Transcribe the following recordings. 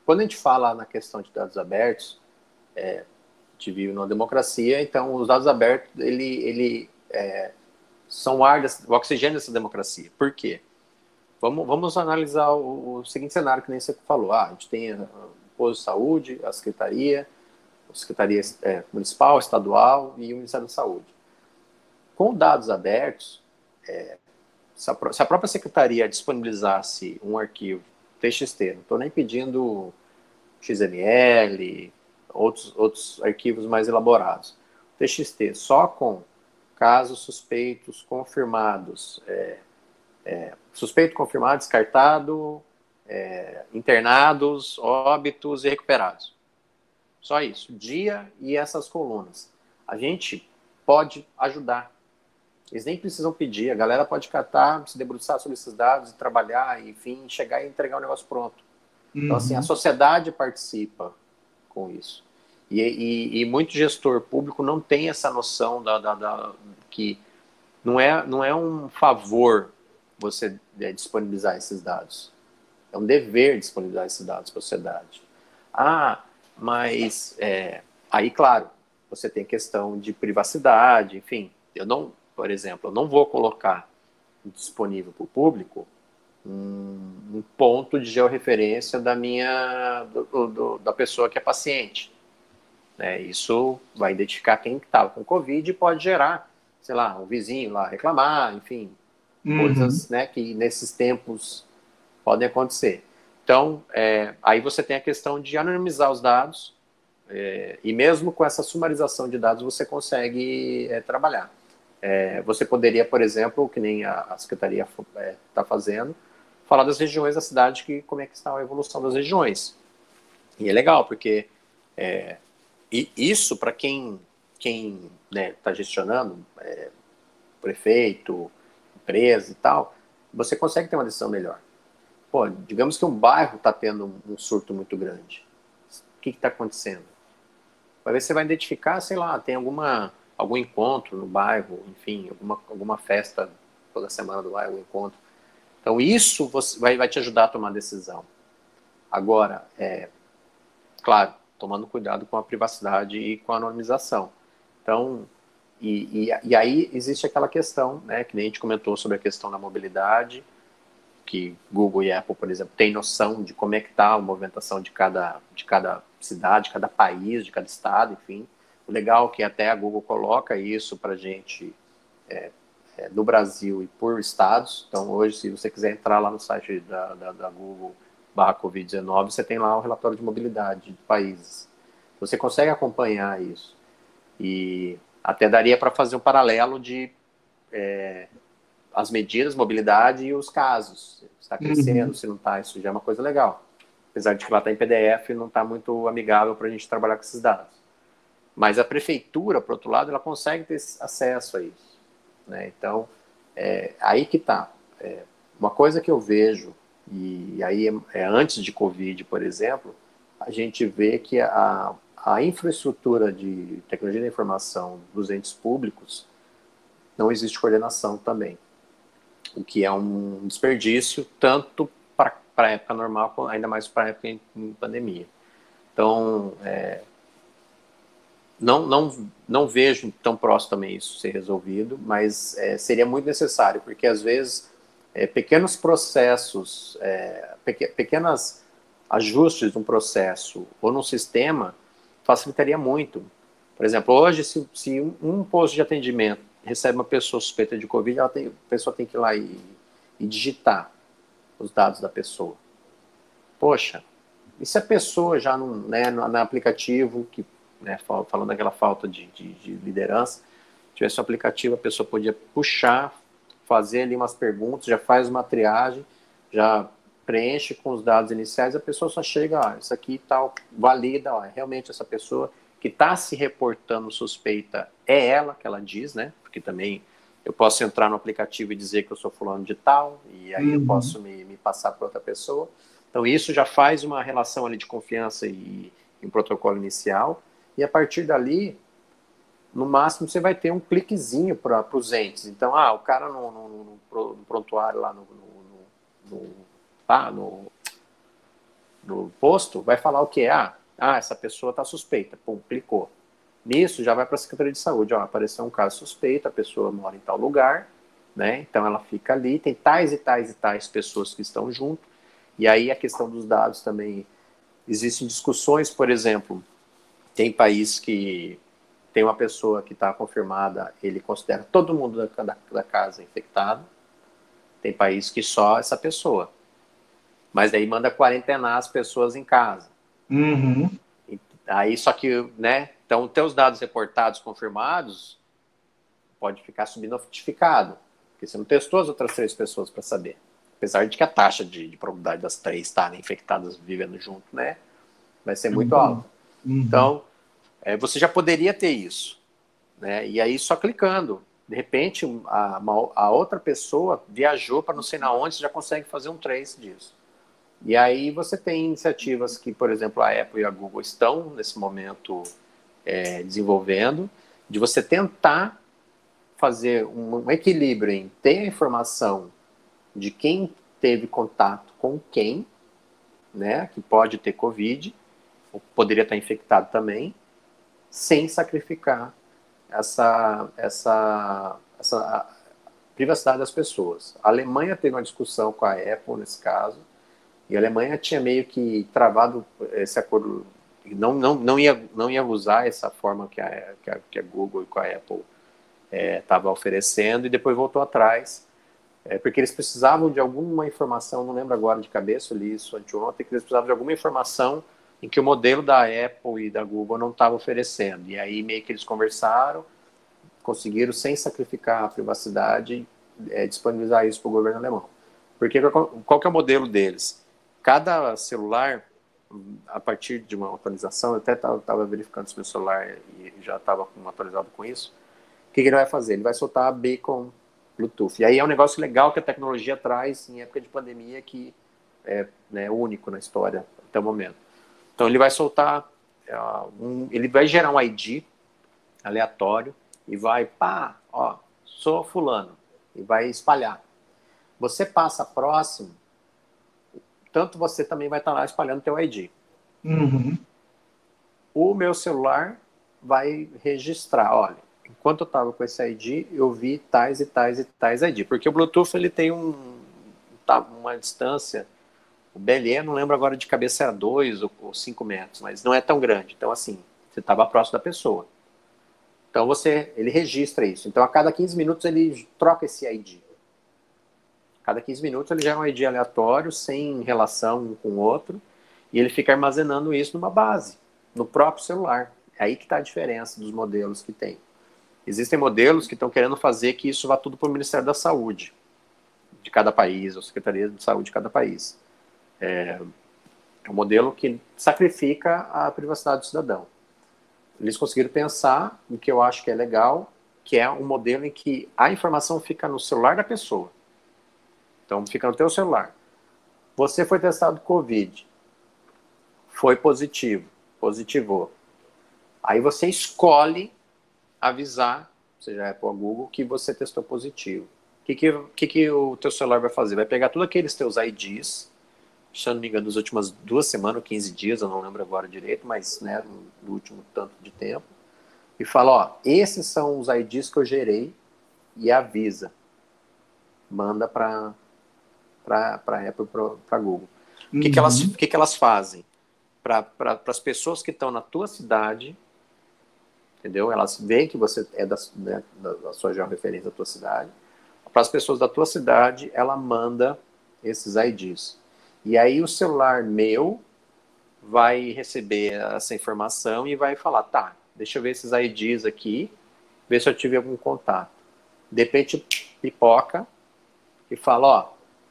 quando a gente fala na questão de dados abertos, a gente vive numa democracia, então os dados abertos, são o oxigênio dessa democracia. Por quê? Vamos analisar o seguinte cenário que nem você falou. A gente tem o posto de saúde, a secretaria municipal, estadual e o Ministério da Saúde. Com dados abertos, se a própria secretaria disponibilizasse um arquivo TXT, não estou nem pedindo XML, outros arquivos mais elaborados, TXT só com casos suspeitos confirmados, suspeito confirmado, descartado, internados, óbitos e recuperados. Só isso, dia e essas colunas. A gente pode ajudar. Eles nem precisam pedir, a galera pode catar, se debruçar sobre esses dados e trabalhar, enfim, chegar e entregar o negócio pronto. Então, assim, a sociedade participa com isso. E muito gestor público não tem essa noção que não é um favor você disponibilizar esses dados. É um dever disponibilizar esses dados para a sociedade. Mas aí, claro, você tem questão de privacidade, enfim. Por exemplo, eu não vou colocar disponível para o público um ponto de georreferência da pessoa que é paciente. Isso vai identificar quem estava com Covid e pode gerar, sei lá, um vizinho lá reclamar, enfim, coisas que nesses tempos podem acontecer. Então, aí você tem a questão de anonimizar os dados, e mesmo com essa sumarização de dados você consegue trabalhar. Você poderia, por exemplo, que nem a Secretaria está fazendo, falar das regiões da cidade, como é que está a evolução das regiões. E é legal, porque isso, para quem está gestionando, prefeito, empresa e tal, você consegue ter uma decisão melhor. Pô, digamos que um bairro está tendo um surto muito grande. O que está acontecendo? Você vai identificar, sei lá, tem algum encontro no bairro, enfim, alguma festa toda semana do bairro, algum encontro. Então, isso vai te ajudar a tomar decisão. Agora, claro, tomando cuidado com a privacidade e com a anonimização. Então, e aí existe aquela questão, que nem a gente comentou sobre a questão da mobilidade, que Google e Apple, por exemplo, têm noção de como é que está a movimentação de cada cidade, de cada país, de cada estado, enfim. O legal é que até a Google coloca isso para a gente no Brasil e por estados. Então, hoje, se você quiser entrar lá no site da Google /Covid-19, você tem lá o relatório de mobilidade de países. Você consegue acompanhar isso. E até daria para fazer um paralelo de as medidas, mobilidade e os casos. Se está crescendo, se não está, isso já é uma coisa legal. Apesar de que lá está em PDF, não está muito amigável para a gente trabalhar com esses dados. Mas a prefeitura, por outro lado, ela consegue ter acesso a isso. Então, aí que está. Uma coisa que eu vejo, e aí antes de Covid, por exemplo, a gente vê que a infraestrutura de tecnologia da informação dos entes públicos não existe coordenação também. O que é um desperdício, tanto para a época normal, ainda mais para a época em pandemia. Então, não vejo tão próximo também isso ser resolvido, mas seria muito necessário, porque às vezes pequenos processos, pequenos ajustes de um processo ou num sistema facilitaria muito. Por exemplo, hoje, se um posto de atendimento recebe uma pessoa suspeita de Covid, a pessoa tem que ir lá e digitar os dados da pessoa. Poxa, e se a pessoa já no aplicativo, falando daquela falta de liderança, tivesse um aplicativo, a pessoa podia puxar, fazer ali umas perguntas, já faz uma triagem, já preenche com os dados iniciais, a pessoa só chega, isso aqui tal, valida, realmente essa pessoa que está se reportando suspeita é ela, que ela diz, porque também eu posso entrar no aplicativo e dizer que eu sou fulano de tal, e aí eu posso me passar para outra pessoa. Então isso já faz uma relação ali de confiança e um protocolo inicial, e a partir dali, no máximo, você vai ter um cliquezinho para os entes. Então, o cara no prontuário lá no do posto, vai falar o quê? Essa pessoa está suspeita. Pum, clicou. Nisso, já vai para a Secretaria de Saúde. Ó, apareceu um caso suspeito, a pessoa mora em tal lugar, né? Então ela fica ali, tem tais e tais e tais pessoas que estão junto. E aí a questão dos dados também. Existem discussões, por exemplo, tem país que tem uma pessoa que está confirmada, ele considera todo mundo da casa infectado. Tem país que só essa pessoa. Mas daí manda quarentenar as pessoas em casa. Uhum. Aí só que, né? Então, teus dados reportados confirmados pode ficar subnotificado, porque você não testou as outras 3 pessoas para saber. Apesar de que a taxa de probabilidade das 3 estarem infectadas vivendo junto, né? Vai ser É muito muito bom. alta. Uhum. Então, você já poderia ter isso, né? E aí só clicando. De repente, a outra pessoa viajou para não sei na onde, você já consegue fazer um trace disso. E aí você tem iniciativas que, por exemplo, a Apple e a Google estão, nesse momento, desenvolvendo, de você tentar fazer um equilíbrio em ter a informação de quem teve contato com quem, né, que pode ter Covid, ou poderia estar infectado também, sem sacrificar essa privacidade das pessoas. A Alemanha teve uma discussão com a Apple nesse caso, e a Alemanha tinha meio que travado esse acordo, não ia usar essa forma que a Google e com a Apple estava oferecendo, e depois voltou atrás, porque eles precisavam de alguma informação, não lembro agora de cabeça, eu li isso anteontem, que eles precisavam de alguma informação em que o modelo da Apple e da Google não estava oferecendo. E aí meio que eles conversaram, conseguiram, sem sacrificar a privacidade, disponibilizar isso para o governo alemão. Porque qual que é o modelo deles? Cada celular, a partir de uma atualização, eu até estava verificando se meu celular e já estava atualizado com isso, o que ele vai fazer? Ele vai soltar a beacon Bluetooth. E aí é um negócio legal que a tecnologia traz em época de pandemia que é, né, único na história até o momento. Então ele vai soltar, ele vai gerar um ID aleatório e vai, sou fulano, e vai espalhar. Você passa próximo, tanto você também vai estar lá espalhando teu ID. Uhum. O meu celular vai registrar, olha, enquanto eu estava com esse ID, eu vi tais e tais e tais ID. Porque o Bluetooth ele tem uma distância, o BLE, não lembro agora de cabeça, era 2 ou 5 metros, mas não é tão grande. Então, assim, você estava próximo da pessoa. Então, ele registra isso. Então, a cada 15 minutos, ele troca esse ID. A cada 15 minutos, ele gera um ID aleatório, sem relação um com o outro, e ele fica armazenando isso numa base, no próprio celular. É aí que está a diferença dos modelos que tem. Existem modelos que estão querendo fazer que isso vá tudo para o Ministério da Saúde de cada país, ou Secretaria de Saúde de cada país. É um modelo que sacrifica a privacidade do cidadão. Eles conseguiram pensar no que eu acho que é legal, que é um modelo em que a informação fica no celular da pessoa. Então, fica no teu celular. Você foi testado Covid, foi positivou. Aí você escolhe avisar, seja a Apple ou Google, que você testou positivo. O que o teu celular vai fazer? Vai pegar todos aqueles teus IDs, se eu não me engano, das últimas 2 semanas ou 15 dias, eu não lembro agora direito, mas né, no último tanto de tempo, e fala, ó, esses são os IDs que eu gerei, e avisa. Manda para Apple, para Google. O Uhum. que elas fazem? Para as pessoas que estão na tua cidade, entendeu? Elas veem que você é da sua georreferência da tua cidade. Para as pessoas da tua cidade, ela manda esses IDs. E aí o celular meu vai receber essa informação e vai falar, tá, deixa eu ver esses IDs aqui, ver se eu tive algum contato. De repente, pipoca e fala, ó,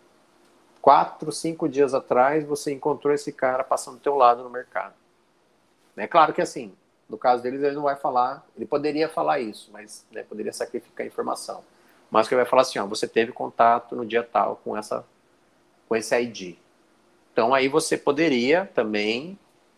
4, 5 dias atrás você encontrou esse cara passando do teu lado no mercado. É claro que assim, no caso deles ele não vai falar, ele poderia falar isso, mas né, poderia sacrificar a informação. Mas que ele vai falar assim, ó, você teve contato no dia tal com esse ID. Então aí você poderia também,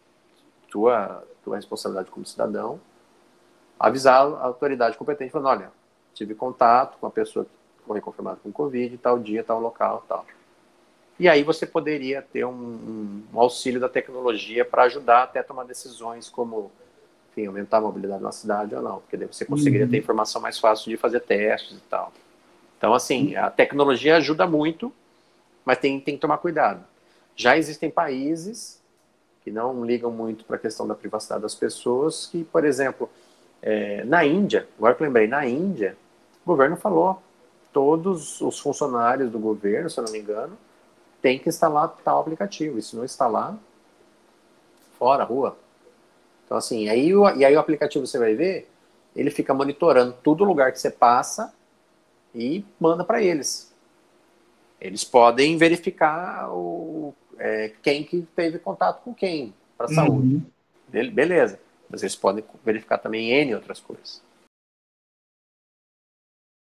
tua responsabilidade como cidadão, avisar a autoridade competente, falando, olha, tive contato com a pessoa que foi confirmada com Covid, tal dia, tal local, tal. E aí você poderia ter um auxílio da tecnologia para ajudar até a tomar decisões como, enfim, aumentar a mobilidade na cidade ou não, porque daí você conseguiria ter Uhum. informação mais fácil de fazer testes e tal. Então, assim, a tecnologia ajuda muito, mas tem que tomar cuidado. Já existem países que não ligam muito para a questão da privacidade das pessoas, que, por exemplo, na Índia, agora que eu lembrei, na Índia, o governo falou, todos os funcionários do governo, se eu não me engano, têm que instalar tal aplicativo, e se não instalar, fora, rua. Então, assim, e aí o aplicativo você vai ver, ele fica monitorando todo lugar que você passa e manda para eles. Eles podem verificar quem que teve contato com quem para a saúde. Uhum. Beleza. Mas eles podem verificar também N outras coisas.